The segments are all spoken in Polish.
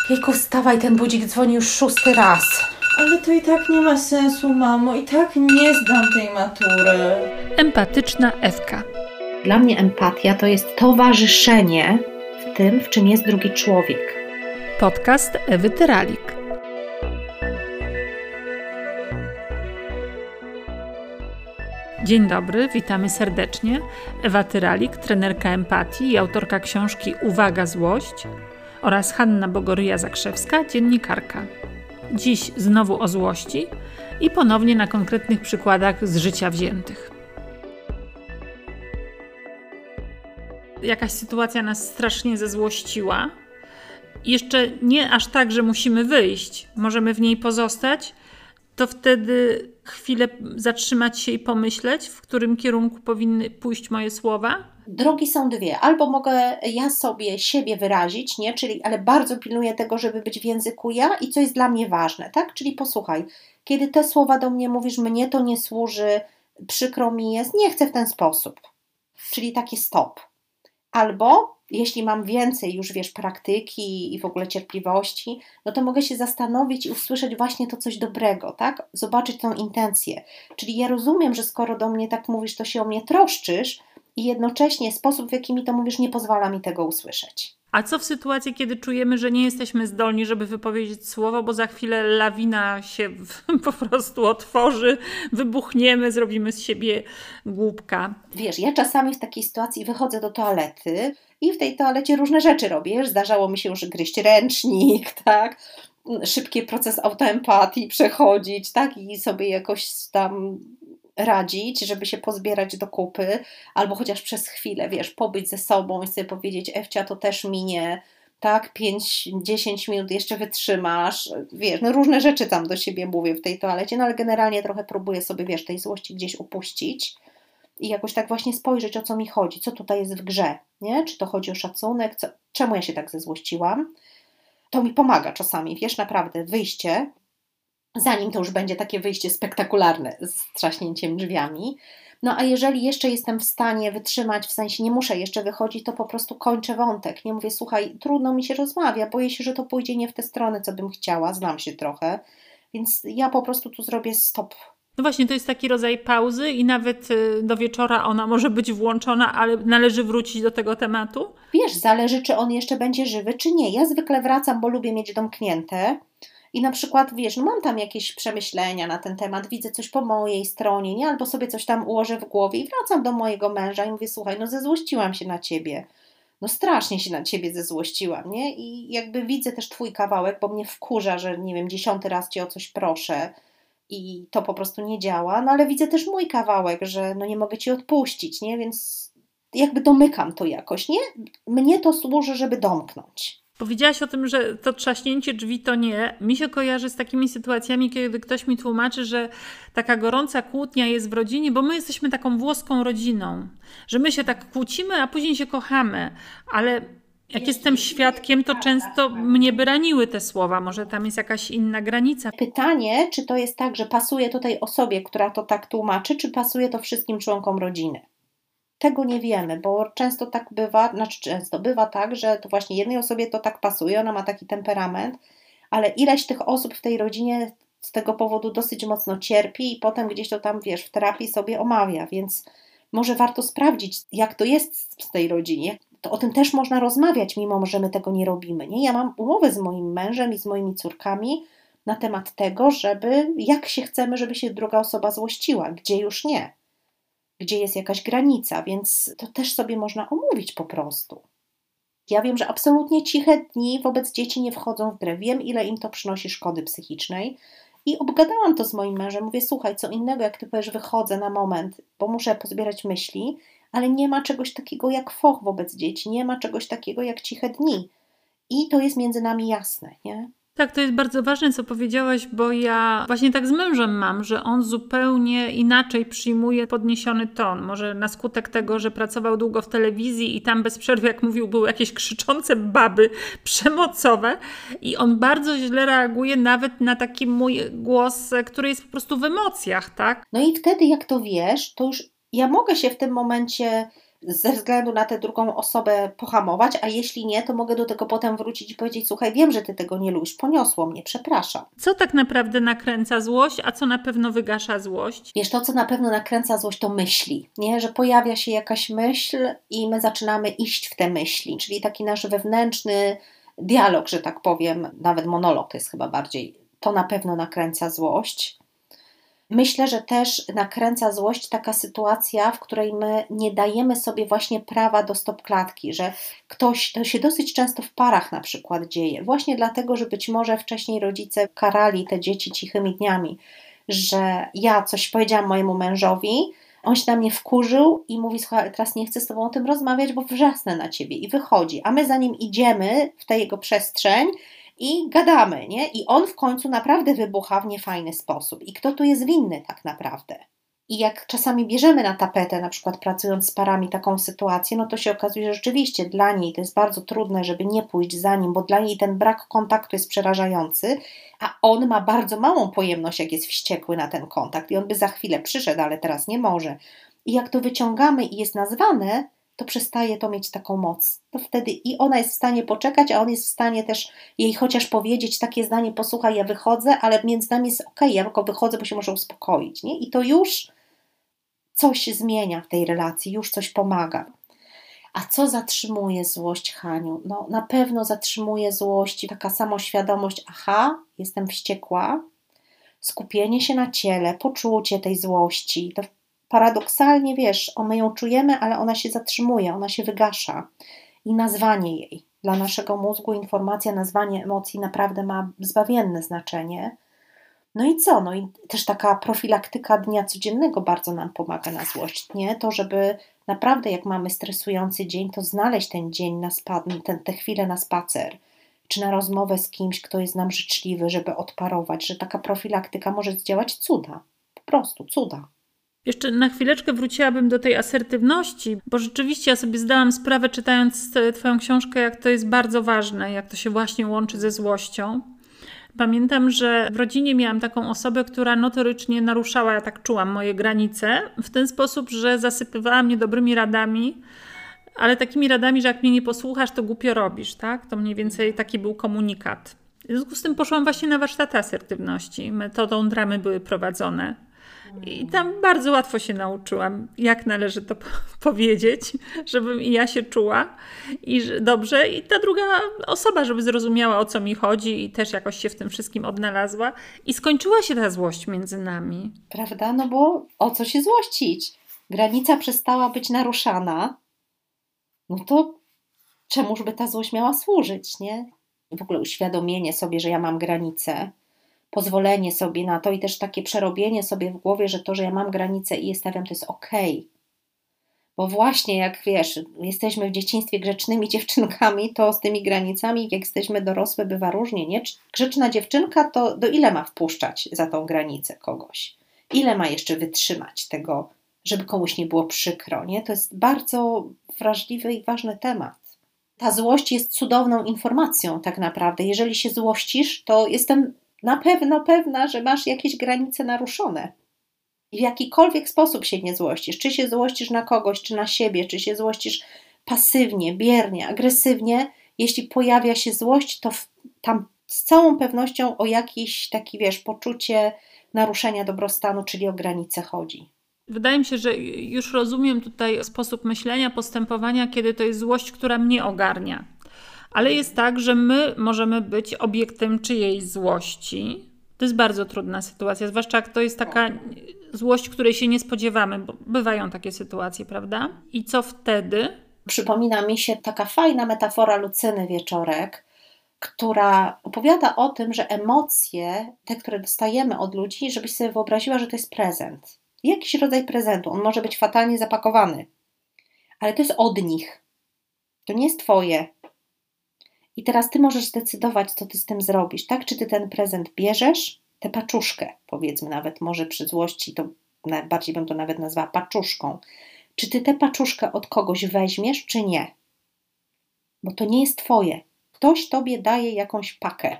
Jejku, wstawaj, ten budzik dzwoni już 6. raz. Ale to i tak nie ma sensu, mamo. I tak nie zdam tej matury. Empatyczna Ewka. Dla mnie empatia to jest towarzyszenie w tym, w czym jest drugi człowiek. Podcast Ewy Tyralik. Dzień dobry, witamy serdecznie. Ewa Tyralik, trenerka empatii i autorka książki Uwaga, złość oraz Hanna Bogoryja-Zakrzewska, dziennikarka. Dziś znowu o złości i ponownie na konkretnych przykładach z życia wziętych. Jakaś sytuacja nas strasznie zezłościła. Jeszcze nie aż tak, że musimy wyjść, możemy w niej pozostać, to wtedy chwilę zatrzymać się i pomyśleć, w którym kierunku powinny pójść moje słowa? Drogi są dwie. Albo mogę ja sobie siebie wyrazić, nie? Ale bardzo pilnuję tego, żeby być w języku ja i co jest dla mnie ważne, tak? Czyli posłuchaj, kiedy te słowa do mnie mówisz, mnie to nie służy, przykro mi jest, nie chcę w ten sposób. Czyli takie stop. Albo jeśli mam więcej już, praktyki i w ogóle cierpliwości, no to mogę się zastanowić i usłyszeć właśnie to coś dobrego, tak? Zobaczyć tą intencję. Czyli ja rozumiem, że skoro do mnie tak mówisz, to się o mnie troszczysz i jednocześnie sposób, w jaki mi to mówisz, nie pozwala mi tego usłyszeć. A co w sytuacji, kiedy czujemy, że nie jesteśmy zdolni, żeby wypowiedzieć słowo, bo za chwilę lawina się po prostu otworzy, wybuchniemy, zrobimy z siebie głupka? Ja czasami w takiej sytuacji wychodzę do toalety i w tej toalecie różne rzeczy robię. Zdarzało mi się już gryźć ręcznik, tak? Szybki proces autoempatii przechodzić, tak? I sobie jakoś tam radzić, żeby się pozbierać do kupy, albo chociaż przez chwilę, pobyć ze sobą i sobie powiedzieć, Ewcia, to też minie, tak, 5-10 minut jeszcze wytrzymasz, różne rzeczy tam do siebie mówię w tej toalecie, ale generalnie trochę próbuję sobie, tej złości gdzieś upuścić i jakoś tak właśnie spojrzeć, o co mi chodzi, co tutaj jest w grze, nie? Czy to chodzi o szacunek, czemu ja się tak zezłościłam? To mi pomaga czasami, naprawdę, wyjście, zanim to już będzie takie wyjście spektakularne z trzaśnięciem drzwiami. No a jeżeli jeszcze jestem w stanie wytrzymać, w sensie nie muszę jeszcze wychodzić, to po prostu kończę wątek. Nie mówię, słuchaj, trudno mi się rozmawia, boję się, że to pójdzie nie w tę stronę, co bym chciała, znam się trochę, więc ja po prostu tu zrobię stop. No właśnie, to jest taki rodzaj pauzy i nawet do wieczora ona może być włączona, ale należy wrócić do tego tematu? Zależy, czy on jeszcze będzie żywy, czy nie. Ja zwykle wracam, bo lubię mieć domknięte. I na przykład, mam tam jakieś przemyślenia na ten temat, widzę coś po mojej stronie, nie? Albo sobie coś tam ułożę w głowie i wracam do mojego męża i mówię, słuchaj, zezłościłam się na ciebie. Strasznie się na ciebie zezłościłam, nie? I widzę też twój kawałek, bo mnie wkurza, że 10. raz cię o coś proszę i to po prostu nie działa, ale widzę też mój kawałek, że nie mogę ci odpuścić, nie? Więc domykam to jakoś, nie? Mnie to służy, żeby domknąć. Powiedziałaś o tym, że to trzaśnięcie drzwi to nie. Mi się kojarzy z takimi sytuacjami, kiedy ktoś mi tłumaczy, że taka gorąca kłótnia jest w rodzinie, bo my jesteśmy taką włoską rodziną, że my się tak kłócimy, a później się kochamy, ale jak jestem świadkiem, to często mnie by raniły te słowa, może tam jest jakaś inna granica. Pytanie, czy to jest tak, że pasuje to tej osobie, która to tak tłumaczy, czy pasuje to wszystkim członkom rodziny? Tego nie wiemy, bo często tak bywa, bywa tak, że to właśnie jednej osobie to tak pasuje, ona ma taki temperament, ale ileś tych osób w tej rodzinie z tego powodu dosyć mocno cierpi i potem gdzieś to tam, w terapii sobie omawia, więc może warto sprawdzić, jak to jest w tej rodzinie. To o tym też można rozmawiać, mimo że my tego nie robimy, nie? Ja mam umowę z moim mężem i z moimi córkami na temat tego, jak się chcemy, żeby się druga osoba złościła, gdzie już nie. Gdzie jest jakaś granica, więc to też sobie można omówić po prostu. Ja wiem, że absolutnie ciche dni wobec dzieci nie wchodzą w grę. Wiem, ile im to przynosi szkody psychicznej i obgadałam to z moim mężem. Mówię, słuchaj, co innego, jak ty powiesz, wychodzę na moment, bo muszę pozbierać myśli, ale nie ma czegoś takiego jak foch wobec dzieci, nie ma czegoś takiego jak ciche dni. I to jest między nami jasne, nie? Tak, to jest bardzo ważne, co powiedziałaś, bo ja właśnie tak z mężem mam, że on zupełnie inaczej przyjmuje podniesiony ton. Może na skutek tego, że pracował długo w telewizji i tam bez przerwy, jak mówił, były jakieś krzyczące baby przemocowe i on bardzo źle reaguje nawet na taki mój głos, który jest po prostu w emocjach, tak? No i wtedy, jak to wiesz, to już ja mogę się w tym momencie ze względu na tę drugą osobę pohamować, a jeśli nie, to mogę do tego potem wrócić i powiedzieć, słuchaj, wiem, że ty tego nie lubisz, poniosło mnie, przepraszam. Co tak naprawdę nakręca złość, a co na pewno wygasza złość? Wiesz, to co na pewno nakręca złość to myśli, nie? Że pojawia się jakaś myśl i my zaczynamy iść w te myśli, czyli taki nasz wewnętrzny dialog, że tak powiem, nawet monolog to jest chyba bardziej, to na pewno nakręca złość. Myślę, że też nakręca złość taka sytuacja, w której my nie dajemy sobie właśnie prawa do stopklatki, że ktoś, to się dosyć często w parach na przykład dzieje, właśnie dlatego, że być może wcześniej rodzice karali te dzieci cichymi dniami, że ja coś powiedziałam mojemu mężowi, on się na mnie wkurzył i mówi, słuchaj, teraz nie chcę z tobą o tym rozmawiać, bo wrzasnę na ciebie i wychodzi, a my za nim idziemy w tę jego przestrzeń i gadamy, nie? I on w końcu naprawdę wybucha w niefajny sposób. I kto tu jest winny tak naprawdę? I jak czasami bierzemy na tapetę, na przykład pracując z parami taką sytuację, no to się okazuje, że rzeczywiście dla niej to jest bardzo trudne, żeby nie pójść za nim, bo dla niej ten brak kontaktu jest przerażający, a on ma bardzo małą pojemność, jak jest wściekły na ten kontakt i on by za chwilę przyszedł, ale teraz nie może. I jak to wyciągamy i jest nazwane, to przestaje to mieć taką moc. To wtedy i ona jest w stanie poczekać, a on jest w stanie też jej chociaż powiedzieć takie zdanie, posłuchaj, ja wychodzę, ale między nami jest okej, ja tylko wychodzę, bo się muszę uspokoić, nie? I to już coś zmienia w tej relacji, już coś pomaga. A co zatrzymuje złość, Haniu? No na pewno zatrzymuje złość taka samoświadomość, aha, jestem wściekła, skupienie się na ciele, poczucie tej złości, to paradoksalnie, wiesz, my ją czujemy, ale ona się zatrzymuje, ona się wygasza i nazwanie jej. Dla naszego mózgu informacja, nazwanie emocji naprawdę ma zbawienne znaczenie. No i co? No i też taka profilaktyka dnia codziennego bardzo nam pomaga na złość, nie? To, żeby naprawdę jak mamy stresujący dzień, to znaleźć ten dzień, te chwilę na spacer, czy na rozmowę z kimś, kto jest nam życzliwy, żeby odparować, że taka profilaktyka może zdziałać cuda. Po prostu cuda. Jeszcze na chwileczkę wróciłabym do tej asertywności, bo rzeczywiście ja sobie zdałam sprawę, czytając twoją książkę, jak to jest bardzo ważne, jak to się właśnie łączy ze złością. Pamiętam, że w rodzinie miałam taką osobę, która notorycznie naruszała, ja tak czułam, moje granice w ten sposób, że zasypywała mnie dobrymi radami, ale takimi radami, że jak mnie nie posłuchasz, to głupio robisz, tak? To mniej więcej taki był komunikat. W związku z tym poszłam właśnie na warsztaty asertywności. Metodą dramy były prowadzone. I tam bardzo łatwo się nauczyłam, jak należy to powiedzieć, żebym i ja się czuła dobrze i ta druga osoba, żeby zrozumiała, o co mi chodzi i też jakoś się w tym wszystkim odnalazła. I skończyła się ta złość między nami. Prawda? No bo o co się złościć? Granica przestała być naruszana. No to czemuż by ta złość miała służyć, nie? W ogóle uświadomienie sobie, że ja mam granice, pozwolenie sobie na to i też takie przerobienie sobie w głowie, że to, że ja mam granice i je stawiam, to jest okej. Bo właśnie jak wiesz, jesteśmy w dzieciństwie grzecznymi dziewczynkami, to z tymi granicami, jak jesteśmy dorosłe, bywa różnie, nie? Grzeczna dziewczynka to do ile ma wpuszczać za tą granicę kogoś? Ile ma jeszcze wytrzymać tego, żeby komuś nie było przykro, nie? To jest bardzo wrażliwy i ważny temat. Ta złość jest cudowną informacją tak naprawdę. Jeżeli się złościsz, to jestem na pewno pewna, że masz jakieś granice naruszone. I w jakikolwiek sposób się nie złościsz. Czy się złościsz na kogoś, czy na siebie, czy się złościsz pasywnie, biernie, agresywnie. Jeśli pojawia się złość, to tam z całą pewnością o jakieś takie, wiesz, poczucie naruszenia dobrostanu, czyli o granice chodzi. Wydaje mi się, że już rozumiem tutaj sposób myślenia, postępowania, kiedy to jest złość, która mnie ogarnia. Ale jest tak, że my możemy być obiektem czyjejś złości. To jest bardzo trudna sytuacja, zwłaszcza jak to jest taka złość, której się nie spodziewamy, bo bywają takie sytuacje, prawda? I co wtedy? Przypomina mi się taka fajna metafora Lucyny Wieczorek, która opowiada o tym, że emocje, te, które dostajemy od ludzi, żebyś sobie wyobraziła, że to jest prezent. Jakiś rodzaj prezentu. On może być fatalnie zapakowany, ale to jest od nich. To nie jest twoje. I teraz ty możesz zdecydować, co ty z tym zrobisz, tak? Czy ty ten prezent bierzesz, tę paczuszkę, powiedzmy nawet, może przy złości, to bardziej bym to nawet nazwała paczuszką. Czy ty tę paczuszkę od kogoś weźmiesz, czy nie? Bo to nie jest twoje. Ktoś tobie daje jakąś pakę.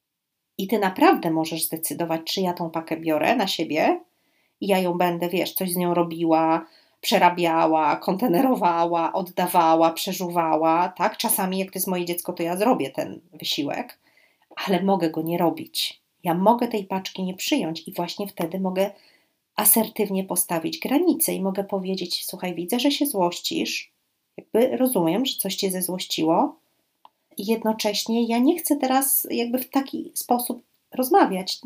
I ty naprawdę możesz zdecydować, czy ja tą pakę biorę na siebie i ja ją będę, wiesz, coś z nią robiła, przerabiała, kontenerowała, oddawała, przeżuwała, tak? Czasami jak to jest moje dziecko, to ja zrobię ten wysiłek, ale mogę go nie robić. Ja mogę tej paczki nie przyjąć i właśnie wtedy mogę asertywnie postawić granicę i mogę powiedzieć, słuchaj, widzę, że się złościsz, jakby rozumiem, że coś cię zezłościło i jednocześnie ja nie chcę teraz jakby w taki sposób rozmawiać,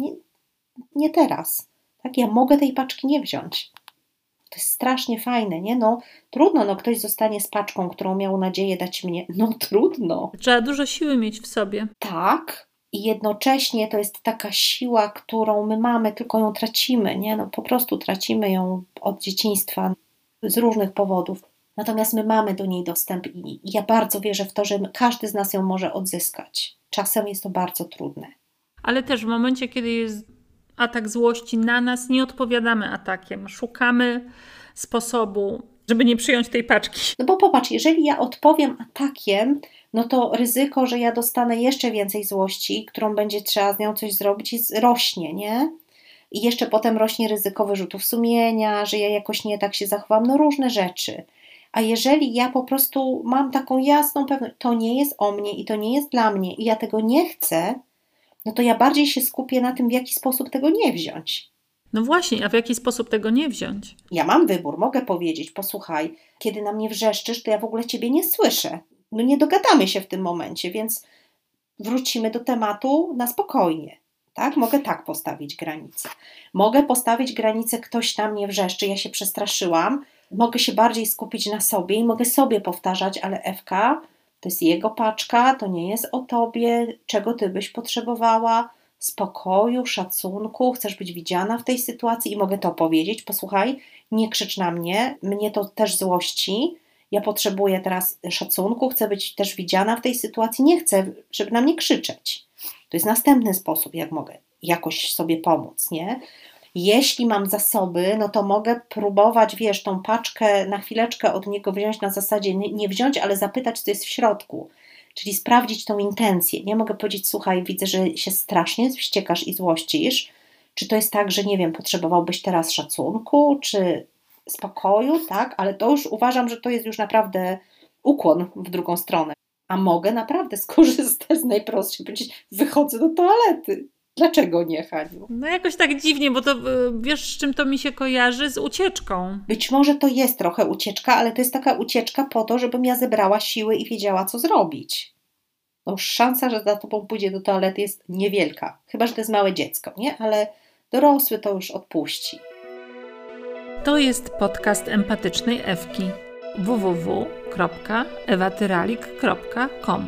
nie teraz, tak? Ja mogę tej paczki nie wziąć. To jest strasznie fajne, nie? No trudno, no ktoś zostanie z paczką, którą miał nadzieję dać mnie, no trudno. Trzeba dużo siły mieć w sobie. Tak, i jednocześnie to jest taka siła, którą my mamy, tylko ją tracimy, nie? No po prostu tracimy ją od dzieciństwa z różnych powodów. Natomiast my mamy do niej dostęp i ja bardzo wierzę w to, że każdy z nas ją może odzyskać. Czasem jest to bardzo trudne. Ale też w momencie, kiedy jest atak złości na nas, nie odpowiadamy atakiem. Szukamy sposobu, żeby nie przyjąć tej paczki. No bo popatrz, jeżeli ja odpowiem atakiem, no to ryzyko, że ja dostanę jeszcze więcej złości, którą będzie trzeba z nią coś zrobić, rośnie, nie? I jeszcze potem rośnie ryzyko wyrzutów sumienia, że ja jakoś nie tak się zachowam, no różne rzeczy. A jeżeli ja po prostu mam taką jasną pewność, to nie jest o mnie i to nie jest dla mnie i ja tego nie chcę, no to ja bardziej się skupię na tym, w jaki sposób tego nie wziąć. No właśnie, a w jaki sposób tego nie wziąć? Ja mam wybór, mogę powiedzieć, posłuchaj, kiedy na mnie wrzeszczysz, to ja w ogóle ciebie nie słyszę. No nie dogadamy się w tym momencie, więc wrócimy do tematu na spokojnie. Tak? Mogę tak postawić granicę. Mogę postawić granicę, ktoś na mnie wrzeszczy, ja się przestraszyłam, mogę się bardziej skupić na sobie i mogę sobie powtarzać, ale Ewka, to jest jego paczka, to nie jest o tobie, czego ty byś potrzebowała, spokoju, szacunku, chcesz być widziana w tej sytuacji i mogę to powiedzieć, posłuchaj, nie krzycz na mnie to też złości, ja potrzebuję teraz szacunku, chcę być też widziana w tej sytuacji, nie chcę, żeby na mnie krzyczeć. To jest następny sposób, jak mogę jakoś sobie pomóc, nie? Jeśli mam zasoby, no to mogę próbować, wiesz, tą paczkę na chwileczkę od niego wziąć na zasadzie nie wziąć, ale zapytać, co jest w środku. Czyli sprawdzić tą intencję. Nie mogę powiedzieć, słuchaj, widzę, że się strasznie wściekasz i złościsz. Czy to jest tak, że nie wiem, potrzebowałbyś teraz szacunku, czy spokoju, tak? Ale to już uważam, że to jest już naprawdę ukłon w drugą stronę. A mogę naprawdę skorzystać z najprostszej, powiedzieć, wychodzę do toalety. Dlaczego nie, Haniu? No jakoś tak dziwnie, bo to wiesz, z czym to mi się kojarzy? Z ucieczką. Być może to jest trochę ucieczka, ale to jest taka ucieczka po to, żebym ja zebrała siły i wiedziała, co zrobić. No już szansa, że za tobą pójdzie do toalety jest niewielka. Chyba, że to jest małe dziecko, nie? Ale dorosły to już odpuści. To jest podcast empatycznej Ewki. www.ewatyralik.com.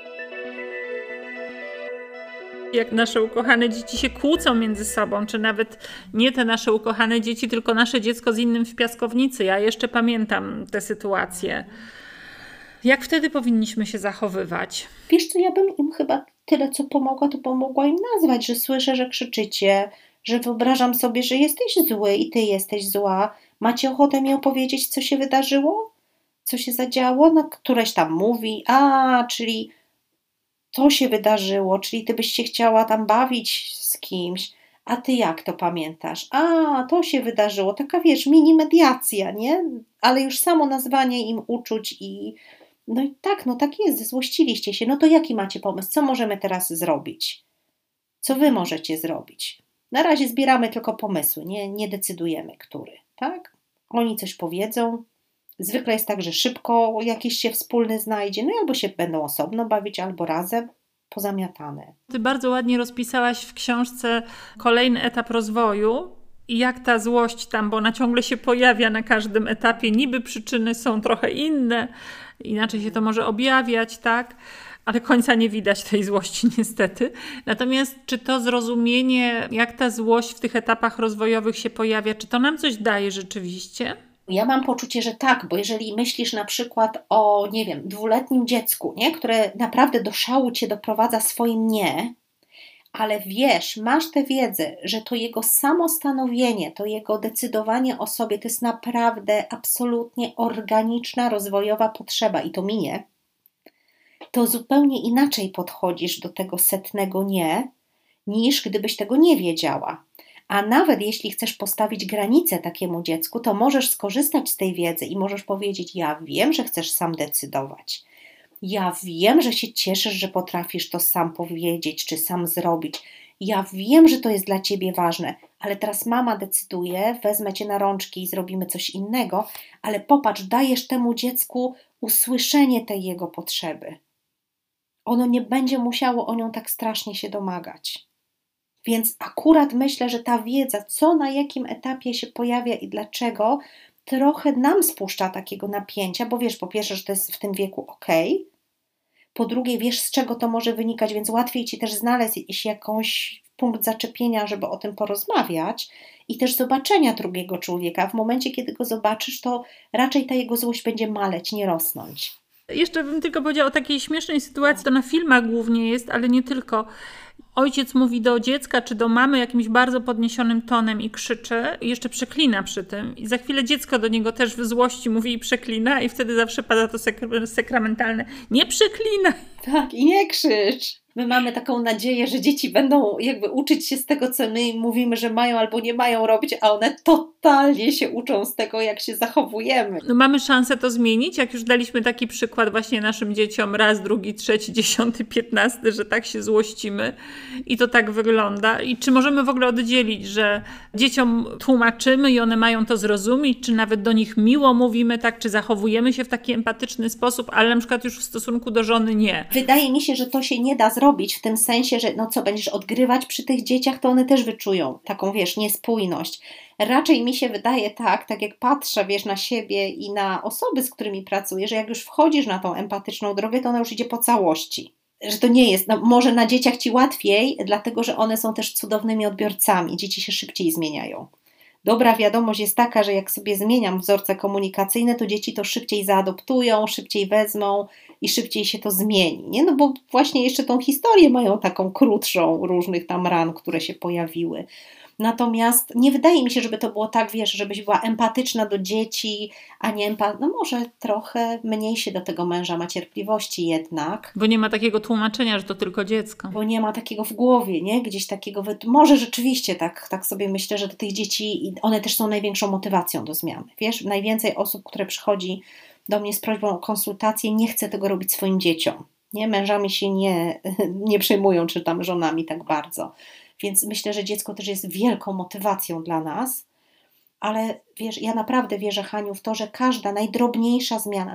Jak nasze ukochane dzieci się kłócą między sobą, czy nawet nie te nasze ukochane dzieci, tylko nasze dziecko z innym w piaskownicy. Ja jeszcze pamiętam tę sytuację. Jak wtedy powinniśmy się zachowywać? Wiesz co, ja bym im chyba tyle, co pomogła, to pomogła im nazwać, że słyszę, że krzyczycie, że wyobrażam sobie, że jesteś zły i ty jesteś zła. Macie ochotę mi opowiedzieć, co się wydarzyło? Co się zadziało? No któreś tam mówi, czyli to się wydarzyło, czyli ty byś się chciała tam bawić z kimś, a ty jak to pamiętasz? To się wydarzyło, taka wiesz, mini mediacja, nie? Ale już samo nazwanie im uczuć i no tak jest, złościliście się, no to jaki macie pomysł? Co możemy teraz zrobić? Co wy możecie zrobić? Na razie zbieramy tylko pomysły, nie decydujemy, który, tak? Oni coś powiedzą. Zwykle jest tak, że szybko jakiś się wspólny znajdzie, no albo się będą osobno bawić, albo razem, pozamiatane. Ty bardzo ładnie rozpisałaś w książce kolejny etap rozwoju i jak ta złość tam, bo ona ciągle się pojawia na każdym etapie, niby przyczyny są trochę inne, inaczej się to może objawiać, tak? Ale końca nie widać tej złości niestety. Natomiast czy to zrozumienie, jak ta złość w tych etapach rozwojowych się pojawia, czy to nam coś daje rzeczywiście? Ja mam poczucie, że tak, bo jeżeli myślisz na przykład o, nie wiem, 2-letnim dziecku, nie, które naprawdę do szału cię doprowadza swoim nie, ale wiesz, masz tę wiedzę, że to jego samostanowienie, to jego decydowanie o sobie to jest naprawdę absolutnie organiczna, rozwojowa potrzeba i to minie, to zupełnie inaczej podchodzisz do tego 100 nie, niż gdybyś tego nie wiedziała. A nawet jeśli chcesz postawić granicę takiemu dziecku, to możesz skorzystać z tej wiedzy i możesz powiedzieć: ja wiem, że chcesz sam decydować. Ja wiem, że się cieszysz, że potrafisz to sam powiedzieć czy sam zrobić. Ja wiem, że to jest dla ciebie ważne, ale teraz mama decyduje, wezmę cię na rączki i zrobimy coś innego, ale popatrz, dajesz temu dziecku usłyszenie tej jego potrzeby. Ono nie będzie musiało o nią tak strasznie się domagać. Więc akurat myślę, że ta wiedza, co na jakim etapie się pojawia i dlaczego, trochę nam spuszcza takiego napięcia, bo wiesz, po pierwsze, że to jest w tym wieku okej, po drugie, wiesz, z czego to może wynikać, więc łatwiej ci też znaleźć jakąś punkt zaczepienia, żeby o tym porozmawiać i też zobaczenia drugiego człowieka. W momencie, kiedy go zobaczysz, to raczej ta jego złość będzie maleć, nie rosnąć. Jeszcze bym tylko powiedziała o takiej śmiesznej sytuacji, to na filmach głównie jest, ale nie tylko. Ojciec mówi do dziecka czy do mamy jakimś bardzo podniesionym tonem i krzyczy i jeszcze przeklina przy tym. I za chwilę dziecko do niego też w złości mówi i przeklina i wtedy zawsze pada to sakramentalne: nie przeklinaj. Tak, i nie krzycz. My mamy taką nadzieję, że dzieci będą jakby uczyć się z tego, co my im mówimy, że mają albo nie mają robić, a one totalnie się uczą z tego, jak się zachowujemy. No mamy szansę to zmienić, jak już daliśmy taki przykład właśnie naszym dzieciom raz, drugi, trzeci, 10, 15, że tak się złościmy i to tak wygląda. I czy możemy w ogóle oddzielić, że dzieciom tłumaczymy i one mają to zrozumieć, czy nawet do nich miło mówimy, tak, czy zachowujemy się w taki empatyczny sposób, ale na przykład już w stosunku do żony nie. Wydaje mi się, że to się nie da zrobić w tym sensie, że no co, będziesz odgrywać przy tych dzieciach, to one też wyczują taką, wiesz, niespójność. Raczej mi się wydaje tak jak patrzę, wiesz, na siebie i na osoby, z którymi pracuję, że jak już wchodzisz na tą empatyczną drogę, to ona już idzie po całości. Że to nie jest, no może na dzieciach ci łatwiej, dlatego że one są też cudownymi odbiorcami, dzieci się szybciej zmieniają. Dobra wiadomość jest taka, że jak sobie zmieniam wzorce komunikacyjne, to dzieci to szybciej zaadoptują, szybciej wezmą i szybciej się to zmieni, nie? No bo właśnie jeszcze tą historię mają taką krótszą różnych tam ran, które się pojawiły. Natomiast nie wydaje mi się, żeby to było tak, wiesz, żebyś była empatyczna do dzieci, a nie no może trochę mniej się do tego męża ma cierpliwości jednak. Bo nie ma takiego tłumaczenia, że to tylko dziecko. Bo nie ma takiego w głowie, nie? Gdzieś takiego, może rzeczywiście tak sobie myślę, że do tych dzieci, one też są największą motywacją do zmiany. Wiesz, najwięcej osób, które przychodzi do mnie z prośbą o konsultację, nie chce tego robić swoim dzieciom. Nie? Mężami się nie przejmują, czy tam żonami tak bardzo. Więc myślę, że dziecko też jest wielką motywacją dla nas, ale wiesz, ja naprawdę wierzę, Haniu, w to, że każda najdrobniejsza zmiana,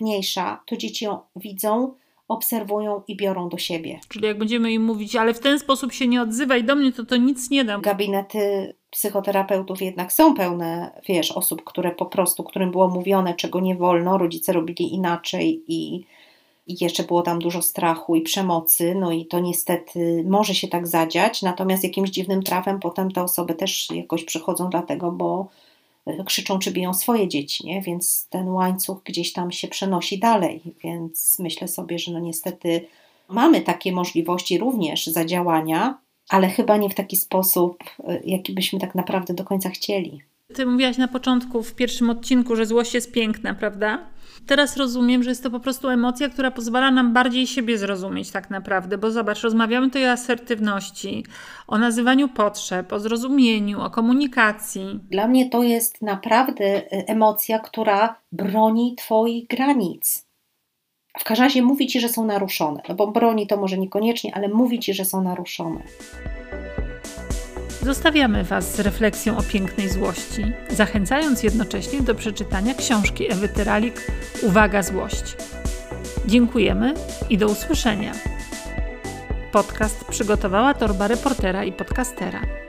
to dzieci ją widzą, obserwują i biorą do siebie. Czyli jak będziemy im mówić, ale w ten sposób się nie odzywaj do mnie, to nic nie da. Gabinety psychoterapeutów jednak są pełne, wiesz, osób, które po prostu, którym było mówione, czego nie wolno, rodzice robili inaczej i jeszcze było tam dużo strachu i przemocy, no i to niestety może się tak zadziać, natomiast jakimś dziwnym trafem potem te osoby też jakoś przychodzą dlatego, bo krzyczą czy biją swoje dzieci, nie? Więc ten łańcuch gdzieś tam się przenosi dalej, więc myślę sobie, że no niestety mamy takie możliwości również zadziałania, ale chyba nie w taki sposób, jaki byśmy tak naprawdę do końca chcieli. Ty mówiłaś na początku, w pierwszym odcinku, że złość jest piękna, prawda? Teraz rozumiem, że jest to po prostu emocja, która pozwala nam bardziej siebie zrozumieć tak naprawdę, bo zobacz, rozmawiamy tutaj o asertywności, o nazywaniu potrzeb, o zrozumieniu, o komunikacji. Dla mnie to jest naprawdę emocja, która broni twoich granic. W każdym razie mówi ci, że są naruszone, no bo broni to może niekoniecznie, ale mówi ci, że są naruszone. Zostawiamy Was z refleksją o pięknej złości, zachęcając jednocześnie do przeczytania książki Ewy Tyralik Uwaga, złość. Dziękujemy i do usłyszenia. Podcast przygotowała Torba reportera i podcastera.